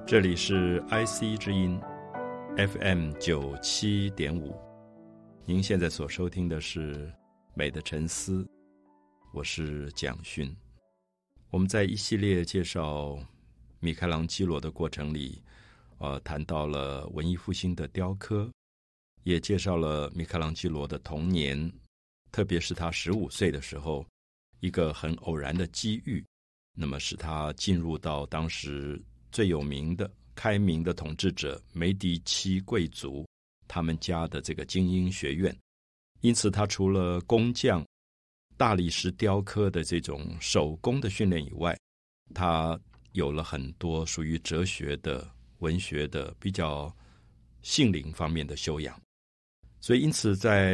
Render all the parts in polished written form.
这里是 IC 之音 FM 97.5，您现在所收听的是美的沉思，我是蒋勋。我们在一系列介绍米开朗基罗的过程里，谈到了文艺复兴的雕刻，也介绍了米开朗基罗的童年，特别是他15岁的时候，一个很偶然的机遇，那么使他进入到当时最有名的开明的统治者梅迪奇贵族他们家的这个精英学院。因此他除了工匠大理石雕刻的这种手工的训练以外，他有了很多属于哲学的文学的比较性灵方面的修养。所以因此在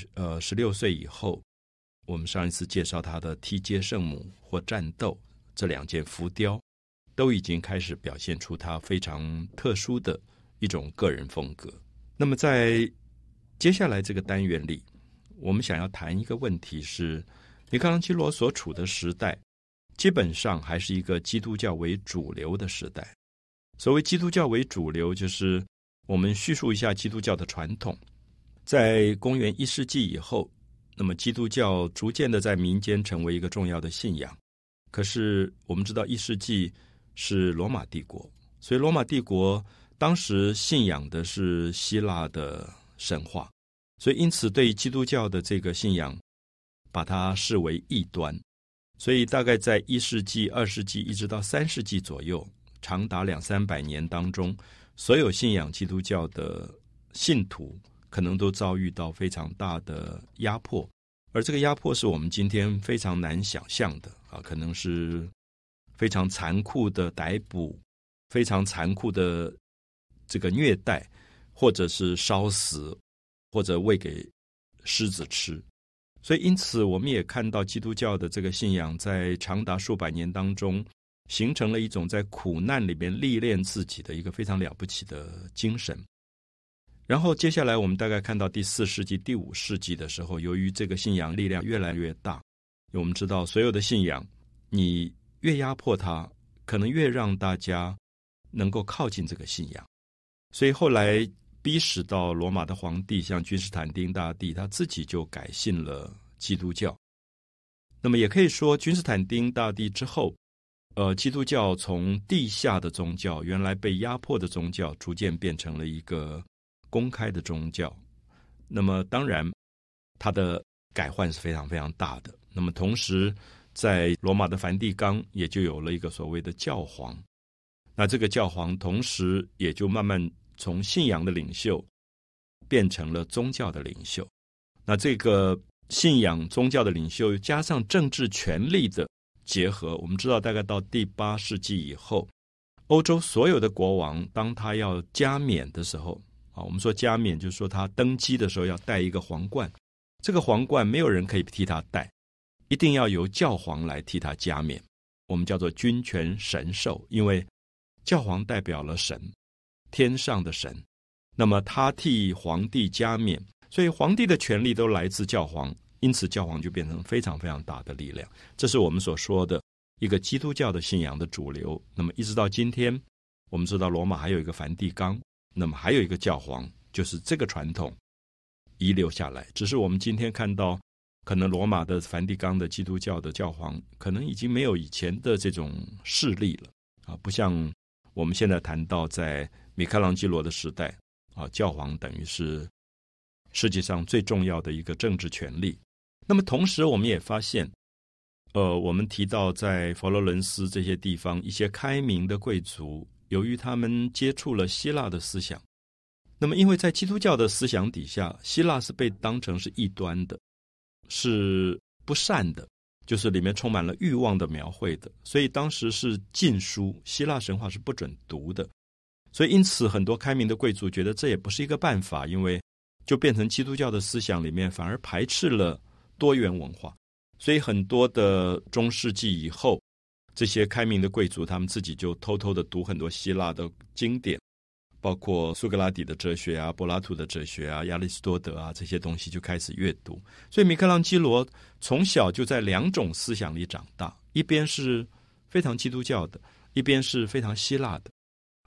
16岁以后，我们上一次介绍他的踢街圣母或战斗这2件浮雕，都已经开始表现出他非常特殊的一种个人风格。那么在接下来这个单元里，我们想要谈一个问题是，米开朗基罗所处的时代基本上还是一个基督教为主流的时代。所谓基督教为主流，就是我们叙述一下基督教的传统。在公元1世纪以后，那么基督教逐渐的在民间成为一个重要的信仰。可是我们知道1世纪是罗马帝国，所以罗马帝国当时信仰的是希腊的神话，所以因此对基督教的这个信仰把它视为异端。所以大概在1世纪、2世纪一直到3世纪左右，长达200-300年当中，所有信仰基督教的信徒可能都遭遇到非常大的压迫，而这个压迫是我们今天非常难想象的可能是非常残酷的逮捕，非常残酷的这个虐待，或者是烧死，或者喂给狮子吃。所以因此我们也看到基督教的这个信仰在长达数百年当中形成了一种在苦难里面历练自己的一个非常了不起的精神。然后接下来我们大概看到第4世纪、第5世纪的时候，由于这个信仰力量越来越大，我们知道所有的信仰你越压迫它，可能越让大家能够靠近这个信仰。所以后来逼使到罗马的皇帝像君士坦丁大帝，他自己就改信了基督教。那么也可以说君士坦丁大帝之后，基督教从地下的宗教，原来被压迫的宗教，逐渐变成了一个公开的宗教。那么当然它的改换是非常非常大的。那么同时在罗马的梵蒂冈也就有了一个所谓的教皇，那这个教皇同时也就慢慢从信仰的领袖变成了宗教的领袖。那这个信仰宗教的领袖加上政治权力的结合，我们知道大概到第8世纪以后，欧洲所有的国王当他要加冕的时候，我们说加冕就是说他登基的时候要戴一个皇冠，这个皇冠没有人可以替他戴，一定要由教皇来替他加冕，我们叫做君权神授。因为教皇代表了神，天上的神，那么他替皇帝加冕，所以皇帝的权力都来自教皇，因此教皇就变成非常非常大的力量。这是我们所说的一个基督教的信仰的主流。那么一直到今天，我们知道罗马还有一个梵蒂冈，那么还有一个教皇，就是这个传统遗留下来。只是我们今天看到可能罗马的梵蒂冈的基督教的教皇可能已经没有以前的这种势力了不像我们现在谈到在米开朗基罗的时代教皇等于是世界上最重要的一个政治权力。那么同时我们也发现我们提到在佛罗伦斯这些地方，一些开明的贵族由于他们接触了希腊的思想，那么因为在基督教的思想底下，希腊是被当成是异端的，是不善的，就是里面充满了欲望的描绘的，所以当时是禁书，希腊神话是不准读的。所以因此很多开明的贵族觉得这也不是一个办法，因为就变成基督教的思想里面反而排斥了多元文化。所以很多的中世纪以后，这些开明的贵族他们自己就偷偷的读很多希腊的经典，包括苏格拉底的哲学柏拉图的哲学亚里士多德这些东西就开始阅读。所以米开朗基罗从小就在2种思想里长大，一边是非常基督教的，一边是非常希腊的。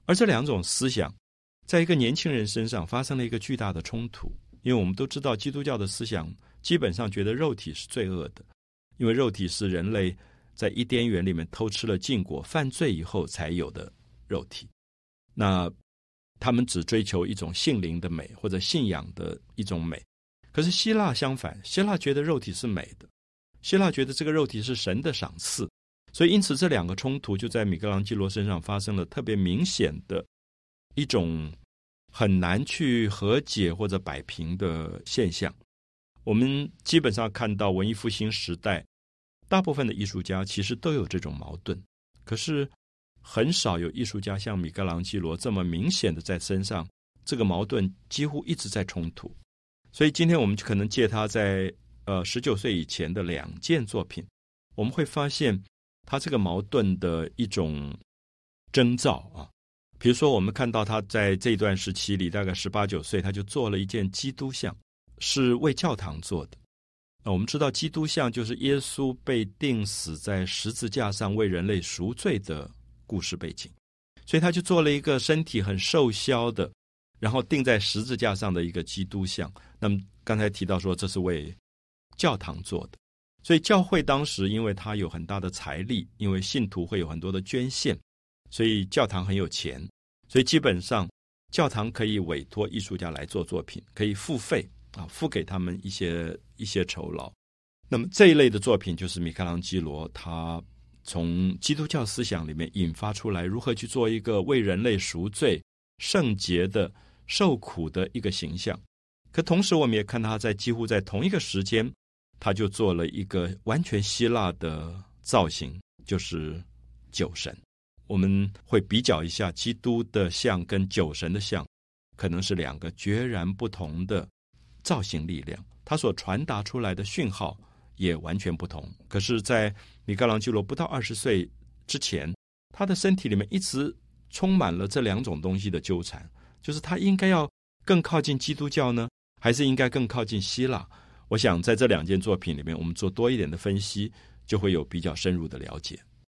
而这两种思想在一个年轻人身上发生了一个巨大的冲突，因为我们都知道基督教的思想基本上觉得肉体是罪恶的，因为肉体是人类在伊甸园里面偷吃了禁果犯罪以后才有的肉体。那他们只追求一种性灵的美或者信仰的一种美。可是希腊相反，希腊觉得肉体是美的，希腊觉得这个肉体是神的赏赐，所以因此这两个冲突就在米开朗基罗身上发生了特别明显的一种很难去和解或者摆平的现象。我们基本上看到文艺复兴时代大部分的艺术家其实都有这种矛盾，可是很少有艺术家像米开朗基罗这么明显的在身上，这个矛盾几乎一直在冲突。所以今天我们可能借他在19岁以前的2件作品，我们会发现他这个矛盾的一种征兆啊。比如说我们看到他在这段时期里大概18、19岁，他就做了一件基督像，是为教堂做的。我们知道基督像就是耶稣被钉死在十字架上为人类赎罪的故事背景，所以他就做了一个身体很瘦削的，然后钉在十字架上的一个基督像。那么刚才提到说这是为教堂做的，所以教会当时因为它有很大的财力，因为信徒会有很多的捐献，所以教堂很有钱，所以基本上教堂可以委托艺术家来做作品，可以付费付给他们一些酬劳。那么这一类的作品就是米开朗基罗他从基督教思想里面引发出来，如何去做一个为人类赎罪圣洁的受苦的一个形象。可同时我们也看他在几乎在同一个时间，他就做了一个完全希腊的造型，就是酒神。我们会比较一下基督的像跟酒神的像，可能是2个截然不同的造型力量，他所传达出来的讯号也完全不同。可是在米开朗基罗不到20岁之前，他的身体里面一直充满了这2种东西的纠缠，就是他应该要更靠近基督教呢，还是应该更靠近希腊。我想在这2件作品里面，我们做多一点的分析，就会有比较深入的了解。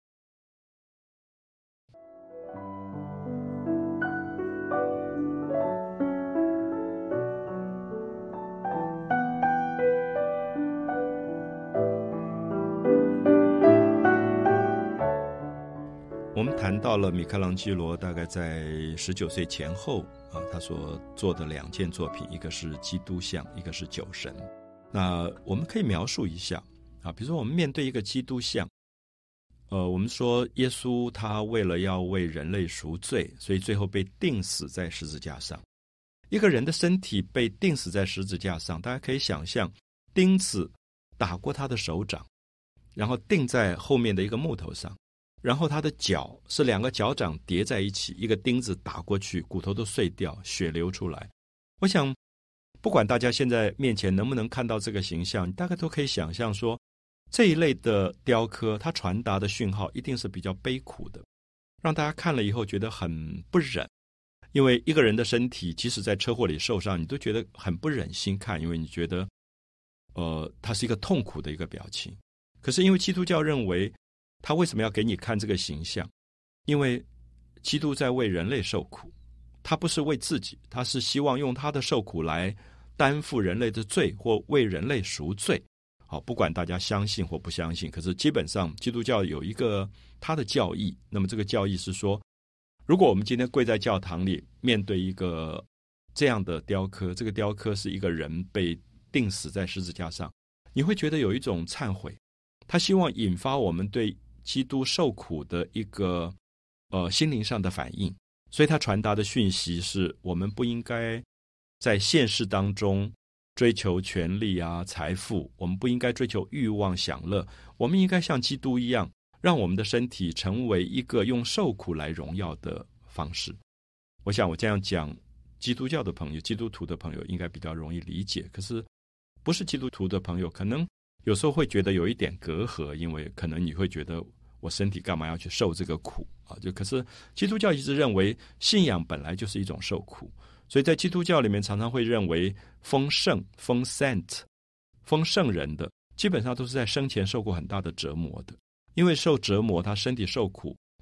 我们谈到了米开朗基罗大概在19岁前后他所做的2件作品，一个是基督像，一个是酒神。那我们可以描述一下比如说我们面对一个基督像，我们说耶稣他为了要为人类赎罪，所以最后被钉死在十字架上。一个人的身体被钉死在十字架上，大家可以想象钉子打过他的手掌，然后钉在后面的一个木头上，然后他的脚是2个脚掌叠在一起，一个钉子打过去，骨头都碎掉，血流出来。我想不管大家现在面前能不能看到这个形象，大概都可以想象说这一类的雕刻它传达的讯号一定是比较悲苦的，让大家看了以后觉得很不忍。因为一个人的身体即使在车祸里受伤，你都觉得很不忍心看，因为你觉得它是一个痛苦的一个表情。可是因为基督教认为他为什么要给你看这个形象？因为基督在为人类受苦，他不是为自己，他是希望用他的受苦来担负人类的罪，或为人类赎罪。好，不管大家相信或不相信，可是基本上基督教有一个他的教义。那么这个教义是说，如果我们今天跪在教堂里，面对一个这样的雕刻，这个雕刻是一个人被钉死在十字架上，你会觉得有一种忏悔。他希望引发我们对基督受苦的一个心灵上的反应，所以他传达的讯息是我们不应该在现实当中追求权力财富，我们不应该追求欲望享乐，我们应该像基督一样，让我们的身体成为一个用受苦来荣耀的方式。我想我这样讲，基督教的朋友、基督徒的朋友应该比较容易理解，可是不是基督徒的朋友可能有时候会觉得有一点隔阂，因为可能你会觉得我身体干嘛要去受这个苦可是基督教一直认为信仰本来就是一种受苦，所以在基督教里面常常会认为封圣、封 saint、封圣人的基本上都是在生前受过很大的折磨的，因为受折磨他身体受苦，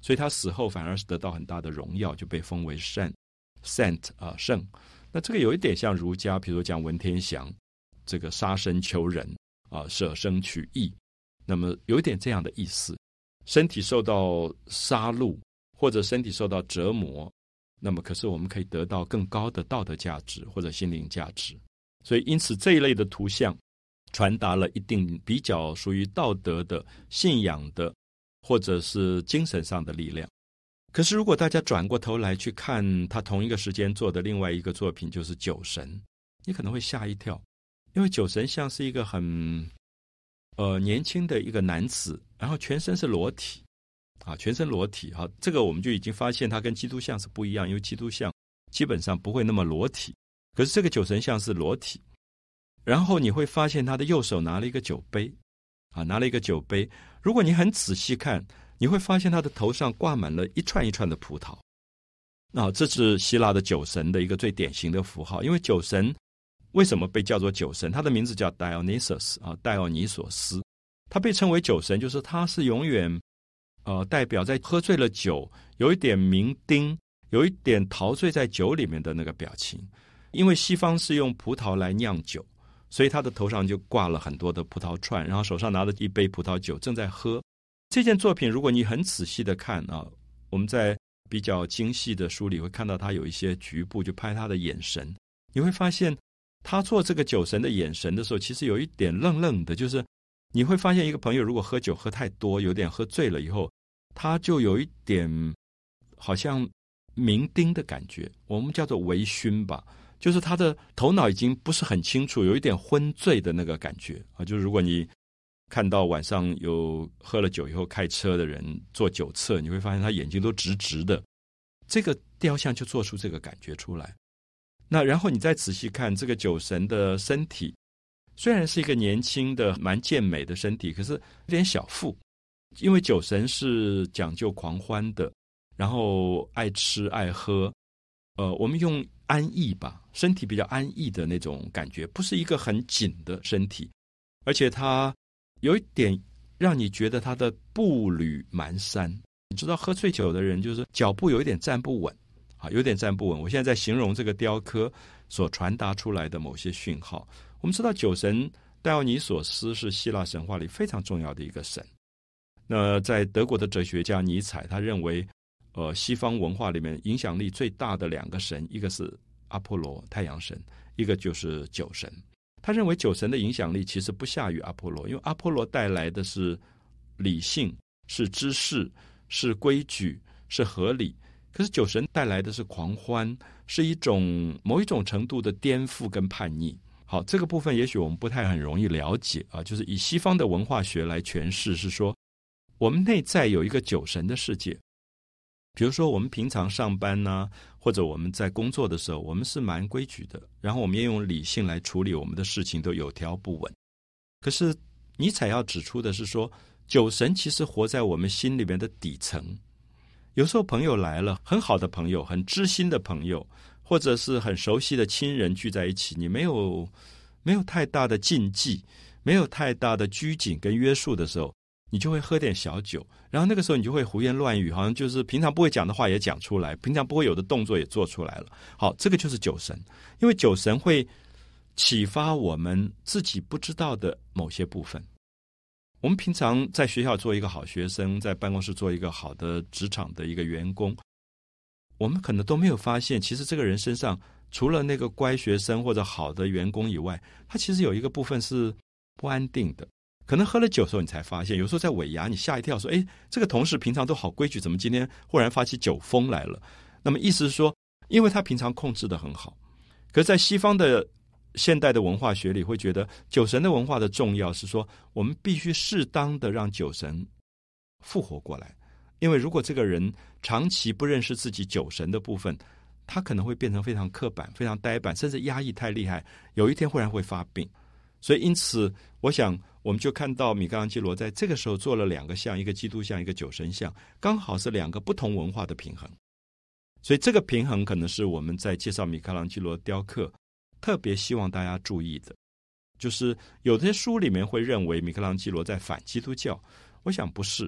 所以他死后反而是得到很大的荣耀，就被封为圣圣。那这个有一点像儒家，比如说讲文天祥这个杀身求人舍生取义，那么有一点这样的意思，身体受到杀戮或者身体受到折磨，那么可是我们可以得到更高的道德价值或者心灵价值。所以因此这一类的图像传达了一定比较属于道德的信仰的或者是精神上的力量。可是如果大家转过头来去看他同一个时间做的另外一个作品，就是酒神，你可能会吓一跳，因为酒神像是一个很年轻的一个男子，然后全身是裸体全身裸体这个我们就已经发现他跟基督像是不一样，因为基督像基本上不会那么裸体，可是这个酒神像是裸体，然后你会发现他的右手拿了一个酒杯拿了一个酒杯，如果你很仔细看，你会发现他的头上挂满了一串一串的葡萄。这是希腊的酒神的一个最典型的符号。因为酒神为什么被叫做酒神？他的名字叫 Dionysus 戴奥尼索斯。他被称为酒神，就是他是永远代表在喝醉了酒，有一点酩酊，有一点陶醉在酒里面的那个表情。因为西方是用葡萄来酿酒，所以他的头上就挂了很多的葡萄串，然后手上拿着一杯葡萄酒正在喝。这件作品如果你很仔细的看我们在比较精细的书里会看到他有一些局部就拍他的眼神，你会发现他做这个酒神的眼神的时候其实有一点愣愣的，就是你会发现一个朋友如果喝酒喝太多，有点喝醉了以后，他就有一点好像酩酊的感觉，我们叫做微醺吧，就是他的头脑已经不是很清楚，有一点昏醉的那个感觉就是如果你看到晚上有喝了酒以后开车的人做酒测，你会发现他眼睛都直直的，这个雕像就做出这个感觉出来。那然后你再仔细看这个酒神的身体，虽然是一个年轻的蛮健美的身体，可是有点小腹，因为酒神是讲究狂欢的，然后爱吃爱喝我们用安逸吧，身体比较安逸的那种感觉，不是一个很紧的身体，而且他有一点让你觉得他的步履蹒跚。你知道喝醉酒的人就是脚步有一点站不稳有点站不稳。我现在在形容这个雕刻所传达出来的某些讯号。我们知道酒神戴奥尼索斯是希腊神话里非常重要的一个神。那在德国的哲学家尼采，他认为西方文化里面影响力最大的两个神，一个是阿波罗太阳神，一个就是酒神。他认为酒神的影响力其实不下于阿波罗，因为阿波罗带来的是理性，是知识，是规矩，是合理，可是酒神带来的是狂欢，是某一种程度的颠覆跟叛逆。好，这个部分也许我们不太很容易了解就是以西方的文化学来诠释，是说我们内在有一个酒神的世界。比如说我们平常上班或者我们在工作的时候，我们是蛮规矩的，然后我们也用理性来处理我们的事情，都有条不紊。可是尼采要指出的是说，酒神其实活在我们心里面的底层。有时候朋友来了，很好的朋友，很知心的朋友，或者是很熟悉的亲人聚在一起，你没有太大的禁忌，没有太大的拘谨跟约束的时候，你就会喝点小酒，然后那个时候你就会胡言乱语，好像就是平常不会讲的话也讲出来，平常不会有的动作也做出来了。好，这个就是酒神。因为酒神会启发我们自己不知道的某些部分。我们平常在学校做一个好学生，在办公室做一个好的职场的一个员工，我们可能都没有发现，其实这个人身上除了那个乖学生或者好的员工以外，他其实有一个部分是不安定的。可能喝了酒的时候你才发现，有时候在尾牙你吓一跳，说这个同事平常都好规矩，怎么今天忽然发起酒疯来了？那么意思是说，因为他平常控制得很好。可是在西方的现代的文化学里会觉得，酒神的文化的重要是说，我们必须适当的让酒神复活过来。因为如果这个人长期不认识自己酒神的部分，他可能会变成非常刻板，非常呆板，甚至压抑太厉害，有一天忽然会发病。所以因此我想我们就看到米开朗基罗在这个时候做了两个像，一个基督像，一个酒神像，刚好是两个不同文化的平衡。所以这个平衡可能是我们在介绍米开朗基罗雕刻特别希望大家注意的。就是有些书里面会认为米开朗基罗在反基督教，我想不是。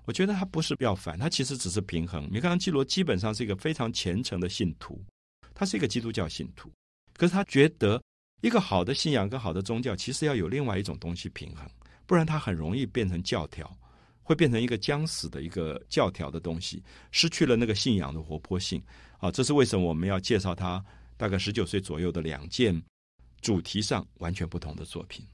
我觉得他不是要反，他其实只是平衡。米开朗基罗基本上是一个非常虔诚的信徒，他是一个基督教信徒，可是他觉得一个好的信仰跟好的宗教其实要有另外一种东西平衡，不然它很容易变成教条，会变成一个僵死的一个教条的东西，失去了那个信仰的活泼性。这是为什么我们要介绍他大概19岁左右的2件主题上完全不同的作品。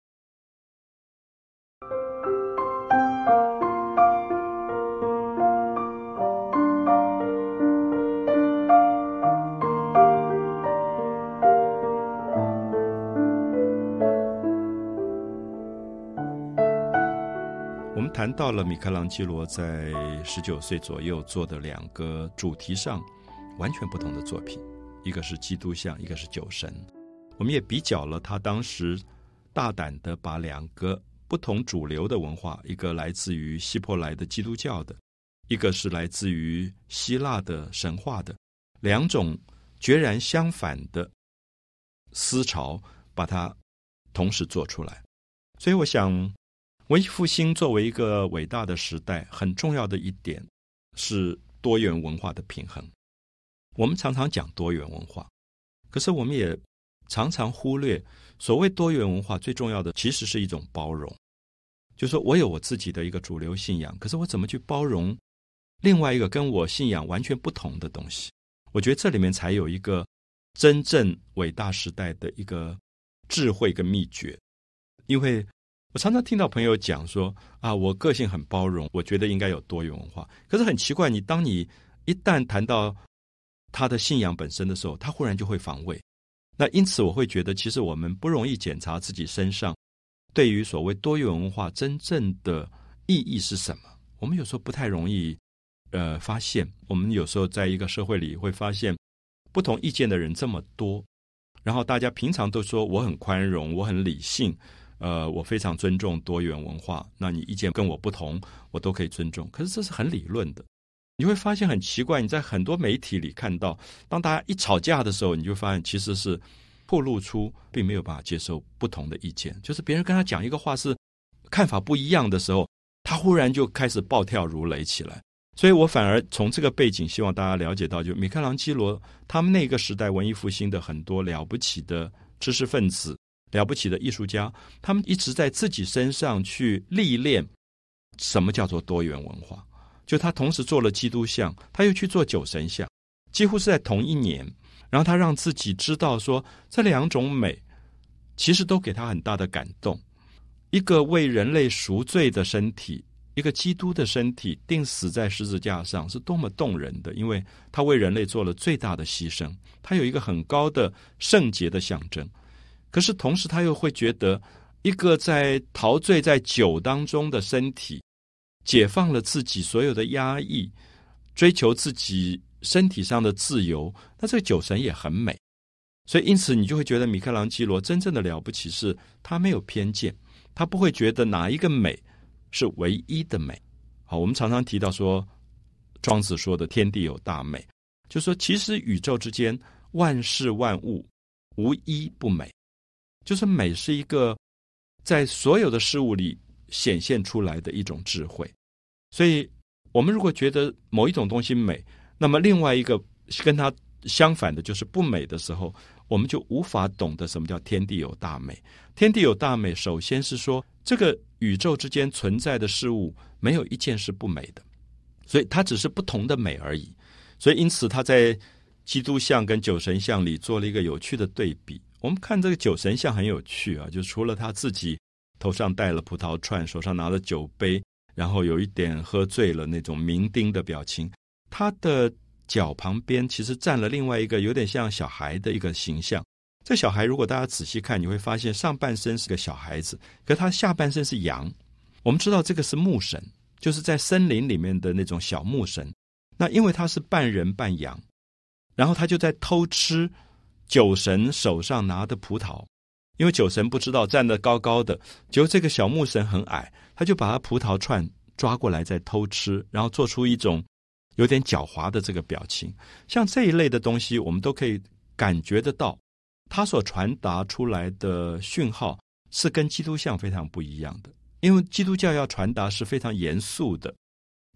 我们谈到了米开朗基罗在19岁左右做的2个主题上完全不同的作品，一个是基督像，一个是酒神。我们也比较了他当时大胆的把2个不同主流的文化，一个来自于希伯来的基督教的，一个是来自于希腊的神话的，2种决然相反的思潮，把它同时做出来。所以我想文艺复兴作为一个伟大的时代，很重要的一点是多元文化的平衡。我们常常讲多元文化，可是我们也常常忽略所谓多元文化最重要的其实是一种包容。就是说我有我自己的一个主流信仰，可是我怎么去包容另外一个跟我信仰完全不同的东西。我觉得这里面才有一个真正伟大时代的一个智慧跟秘诀。因为我常常听到朋友讲说我个性很包容，我觉得应该有多元文化。可是很奇怪，当你一旦谈到他的信仰本身的时候，他忽然就会防卫。那因此我会觉得，其实我们不容易检查自己身上对于所谓多元文化真正的意义是什么。我们有时候不太容易发现。我们有时候在一个社会里会发现不同意见的人这么多，然后大家平常都说我很宽容，我很理性，我非常尊重多元文化，那你意见跟我不同我都可以尊重。可是这是很理论的。你会发现很奇怪，你在很多媒体里看到，当大家一吵架的时候，你就发现其实是暴露出并没有办法接受不同的意见。就是别人跟他讲一个话是看法不一样的时候，他忽然就开始暴跳如雷起来。所以我反而从这个背景希望大家了解到，就米开朗基罗他们那个时代文艺复兴的很多了不起的知识分子，了不起的艺术家，他们一直在自己身上去历练什么叫做多元文化。就他同时做了基督像，他又去做酒神像，几乎是在同一年。然后他让自己知道说，这2种美其实都给他很大的感动。一个为人类赎罪的身体，一个基督的身体钉死在十字架上，是多么动人的。因为他为人类做了最大的牺牲，他有一个很高的圣洁的象征。可是同时他又会觉得，一个在陶醉在酒当中的身体解放了自己所有的压抑，追求自己身体上的自由，那这个酒神也很美。所以因此你就会觉得米开朗基罗真正的了不起是他没有偏见，他不会觉得哪一个美是唯一的美。好，我们常常提到说庄子说的天地有大美，就是说其实宇宙之间万事万物无一不美，就是美是一个在所有的事物里显现出来的一种智慧。所以我们如果觉得某一种东西美，那么另外一个跟它相反的就是不美的时候，我们就无法懂得什么叫天地有大美。天地有大美，首先是说这个宇宙之间存在的事物没有一件是不美的，所以它只是不同的美而已。所以因此他在基督像跟酒神像里做了一个有趣的对比。我们看这个酒神像很有趣就除了他自己头上戴了葡萄串，手上拿了酒杯，然后有一点喝醉了那种酩酊的表情，他的脚旁边其实站了另外一个有点像小孩的一个形象。这小孩如果大家仔细看，你会发现上半身是个小孩子，可他下半身是羊。我们知道这个是牧神，就是在森林里面的那种小牧神。那因为他是半人半羊，然后他就在偷吃酒神手上拿的葡萄。因为酒神不知道站得高高的，结果这个小牧神很矮，他就把他葡萄串抓过来再偷吃，然后做出一种有点狡猾的这个表情。像这一类的东西我们都可以感觉得到，他所传达出来的讯号是跟基督教非常不一样的。因为基督教要传达是非常严肃的，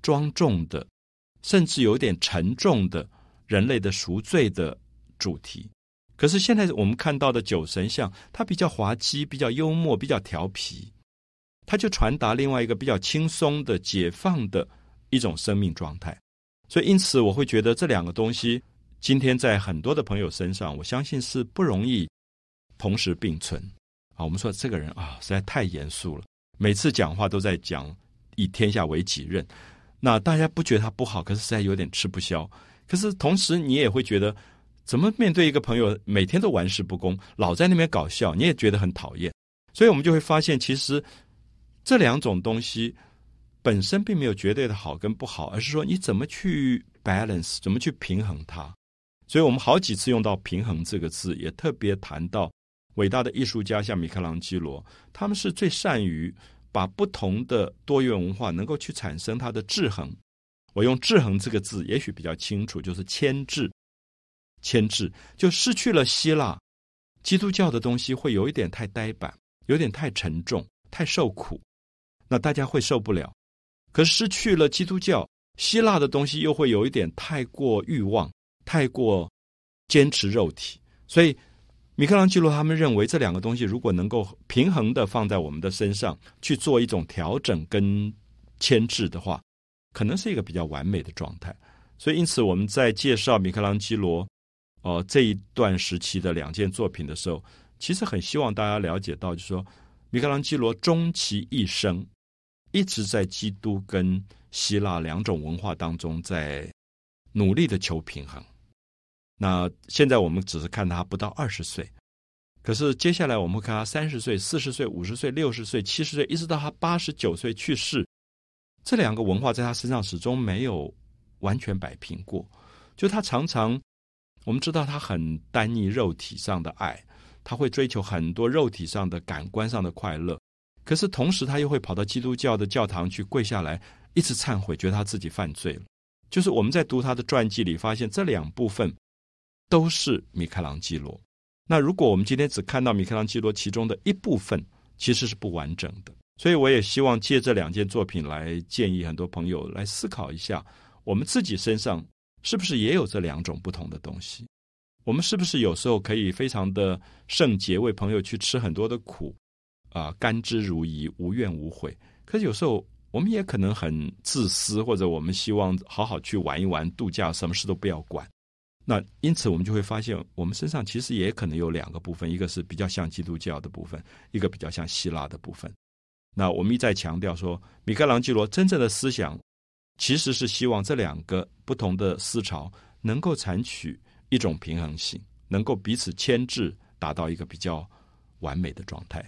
庄重的，甚至有点沉重的人类的赎罪的主题。可是现在我们看到的酒神像，它比较滑稽，比较幽默，比较调皮，它就传达另外一个比较轻松的解放的一种生命状态。所以因此我会觉得这两个东西今天在很多的朋友身上，我相信是不容易同时并存。我们说这个人实在太严肃了，每次讲话都在讲以天下为己任，那大家不觉得他不好，可是实在有点吃不消。可是同时你也会觉得，怎么面对一个朋友每天都玩世不恭，老在那边搞笑，你也觉得很讨厌。所以我们就会发现，其实这两种东西本身并没有绝对的好跟不好，而是说你怎么去 balance， 怎么去平衡它。所以我们好几次用到平衡这个字，也特别谈到伟大的艺术家像米开朗基罗，他们是最善于把不同的多元文化能够去产生它的制衡。我用制衡这个字也许比较清楚，就是牵制。牵制就失去了希腊基督教的东西，会有一点太呆板，有点太沉重，太受苦，那大家会受不了。可是失去了基督教，希腊的东西又会有一点太过欲望，太过坚持肉体。所以米开朗基罗他们认为，这两个东西如果能够平衡的放在我们的身上去做一种调整跟牵制的话，可能是一个比较完美的状态。所以因此我们在介绍米开朗基罗这一段时期的两件作品的时候，其实很希望大家了解到，就是说米开朗基罗终其一生一直在基督跟希腊两种文化当中在努力的求平衡。那现在我们只是看他不到20岁，可是接下来我们看他30岁、40岁、50岁、60岁、70岁，一直到他89岁去世，这两个文化在他身上始终没有完全摆平过。就他常常，我们知道他很单一肉体上的爱，他会追求很多肉体上的感官上的快乐，可是同时他又会跑到基督教的教堂去跪下来一直忏悔，觉得他自己犯罪了。就是我们在读他的传记里发现，这两部分都是米开朗基罗。那如果我们今天只看到米开朗基罗其中的一部分，其实是不完整的。所以我也希望借这两件作品来建议很多朋友来思考一下，我们自己身上是不是也有这两种不同的东西。我们是不是有时候可以非常的圣洁，为朋友去吃很多的苦甘之如饴，无怨无悔。可是有时候我们也可能很自私，或者我们希望好好去玩一玩，度假，什么事都不要管。那因此我们就会发现，我们身上其实也可能有两个部分，一个是比较像基督教的部分，一个比较像希腊的部分。那我们一再强调说，米开朗基罗真正的思想其实是希望这两个不同的思潮能够采取一种平衡性，能够彼此牵制，达到一个比较完美的状态。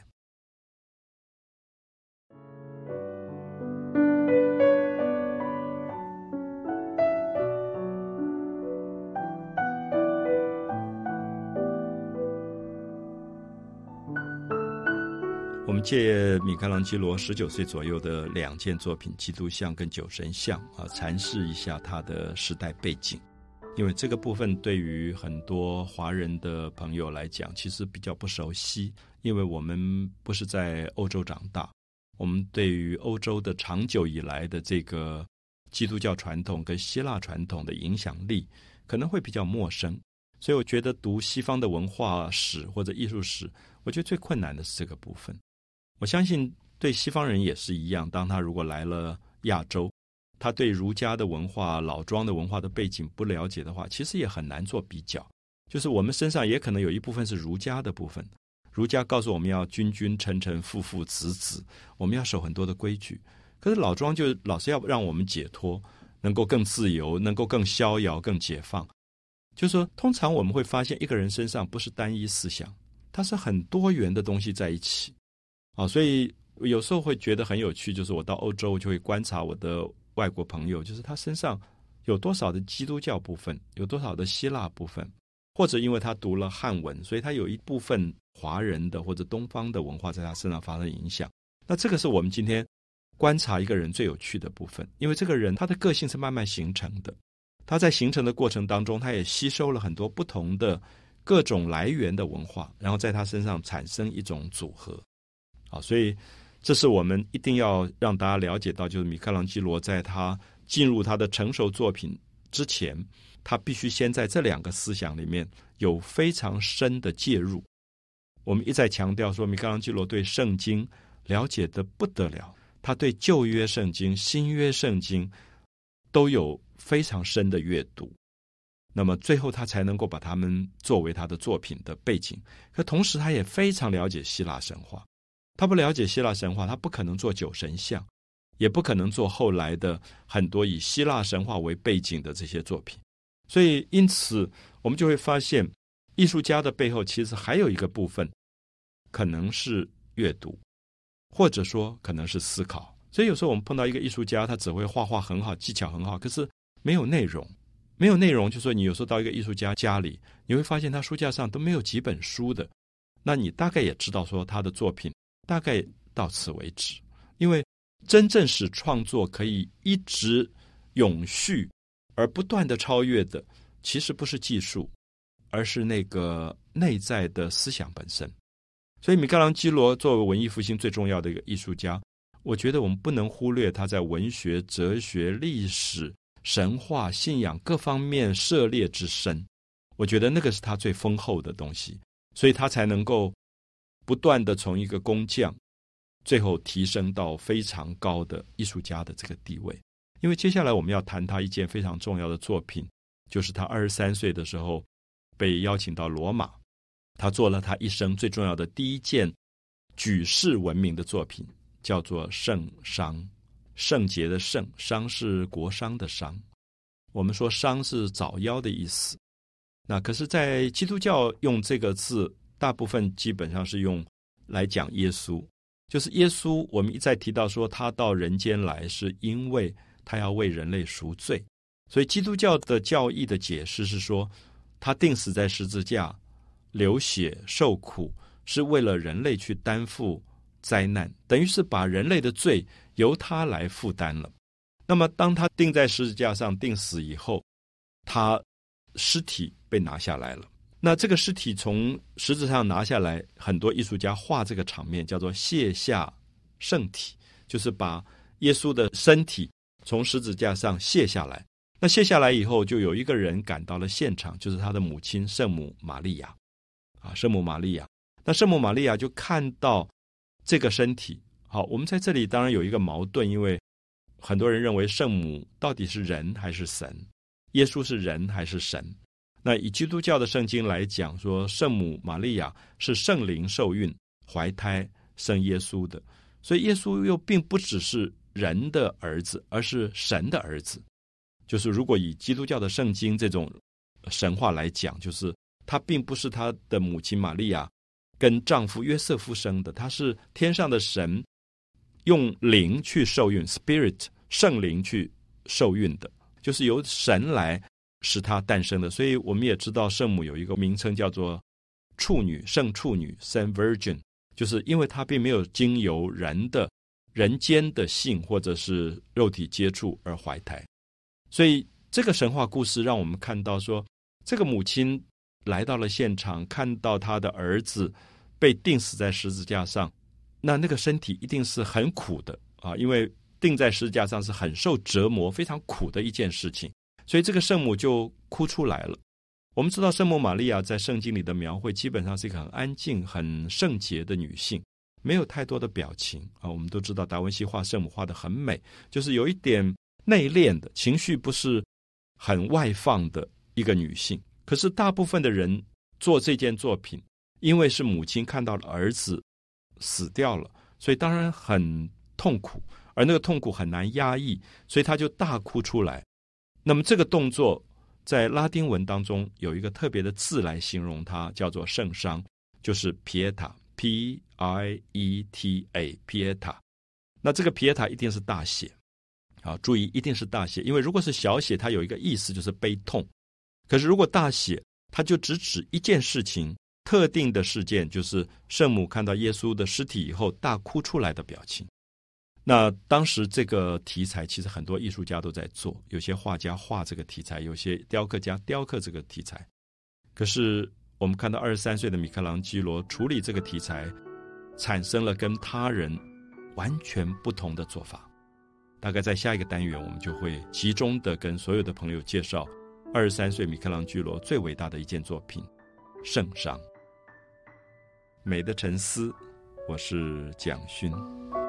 我们借米开朗基罗19岁左右的两件作品《基督像》跟《酒神像》阐释一下他的时代背景。因为这个部分对于很多华人的朋友来讲，其实比较不熟悉，因为我们不是在欧洲长大，我们对于欧洲的长久以来的这个基督教传统跟希腊传统的影响力可能会比较陌生。所以我觉得读西方的文化史或者艺术史，我觉得最困难的是这个部分。我相信对西方人也是一样，当他如果来了亚洲，他对儒家的文化、老庄的文化的背景不了解的话，其实也很难做比较。就是我们身上也可能有一部分是儒家的部分，儒家告诉我们要君君臣臣父父子子，我们要守很多的规矩。可是老庄就老是要让我们解脱，能够更自由，能够更逍遥，更解放。就是说通常我们会发现一个人身上不是单一思想，它是很多元的东西在一起所以有时候会觉得很有趣，就是我到欧洲就会观察我的外国朋友，就是他身上有多少的基督教部分，有多少的希腊部分，或者因为他读了汉文，所以他有一部分华人的或者东方的文化在他身上发生影响。那这个是我们今天观察一个人最有趣的部分，因为这个人他的个性是慢慢形成的，他在形成的过程当中，他也吸收了很多不同的各种来源的文化，然后在他身上产生一种组合。所以这是我们一定要让大家了解到，就是米开朗基罗在他进入他的成熟作品之前，他必须先在这两个思想里面有非常深的介入。我们一再强调说，米开朗基罗对圣经了解得不得了，他对旧约圣经、新约圣经都有非常深的阅读，那么最后他才能够把他们作为他的作品的背景。可同时他也非常了解希腊神话，他不了解希腊神话，他不可能做酒神像，也不可能做后来的很多以希腊神话为背景的这些作品。所以因此我们就会发现，艺术家的背后其实还有一个部分可能是阅读，或者说可能是思考。所以有时候我们碰到一个艺术家，他只会画画很好，技巧很好，可是没有内容。没有内容，就是说你有时候到一个艺术家家里，你会发现他书架上都没有几本书的，那你大概也知道说他的作品大概到此为止。因为真正使创作可以一直永续而不断的超越的，其实不是技术，而是那个内在的思想本身。所以米开朗基罗作为文艺复兴最重要的一个艺术家，我觉得我们不能忽略他在文学、哲学、历史、神话、信仰各方面涉猎之深。我觉得那个是他最丰厚的东西，所以他才能够不断的从一个工匠最后提升到非常高的艺术家的这个地位。因为接下来我们要谈他一件非常重要的作品，就是他23岁的时候被邀请到罗马，他做了他一生最重要的第一件举世闻名的作品，叫做圣商。圣洁的圣，商是国商的商。我们说商是早夭的意思，那可是在基督教用这个字大部分基本上是用来讲耶稣，就是耶稣我们一再提到说他到人间来是因为他要为人类赎罪。所以基督教的教义的解释是说，他钉死在十字架流血受苦，是为了人类去担负灾难，等于是把人类的罪由他来负担了。那么当他钉在十字架上钉死以后，他尸体被拿下来了。那这个尸体从十字上拿下来，很多艺术家画这个场面叫做卸下圣体，就是把耶稣的身体从十字架上卸下来。那卸下来以后，就有一个人赶到了现场，就是他的母亲圣母玛利亚圣母玛利亚。那圣母玛利亚就看到这个身体。好，我们在这里当然有一个矛盾，因为很多人认为圣母到底是人还是神，耶稣是人还是神。那以基督教的圣经来讲说，圣母玛利亚是圣灵受孕怀胎生耶稣的，所以耶稣又并不只是人的儿子，而是神的儿子。就是如果以基督教的圣经这种神话来讲，就是他并不是他的母亲玛利亚跟丈夫约瑟夫生的，他是天上的神用灵去受孕 Spirit 圣灵去受孕的，就是由神来使他诞生的。所以我们也知道圣母有一个名称叫做处女，圣处女 Saint Virgin， 就是因为她并没有经由人间的性或者是肉体接触而怀胎。所以这个神话故事让我们看到说，这个母亲来到了现场，看到她的儿子被钉死在十字架上，那个身体一定是很苦的因为钉在十字架上是很受折磨非常苦的一件事情，所以这个圣母就哭出来了。我们知道圣母玛利亚在圣经里的描绘基本上是一个很安静很圣洁的女性，没有太多的表情我们都知道达文西画圣母画得很美，就是有一点内敛的情绪，不是很外放的一个女性。可是大部分的人做这件作品，因为是母亲看到了儿子死掉了，所以当然很痛苦，而那个痛苦很难压抑，所以他就大哭出来。那么这个动作在拉丁文当中有一个特别的字来形容它，叫做圣伤，就是 Pietà P-I-E-T-A Pietà。 那这个 Pietà 一定是大写注意一定是大写，因为如果是小写它有一个意思就是悲痛，可是如果大写它就只指一件事情，特定的事件，就是圣母看到耶稣的尸体以后大哭出来的表情。那当时这个题材其实很多艺术家都在做，有些画家画这个题材，有些雕刻家雕刻这个题材。可是我们看到23岁的米开朗基罗处理这个题材，产生了跟他人完全不同的做法。 大概在下一个单元，我们就会集中的跟所有的朋友介绍23岁米开朗基罗最伟大的一件作品《圣殇》。美的沉思，我是蒋勋。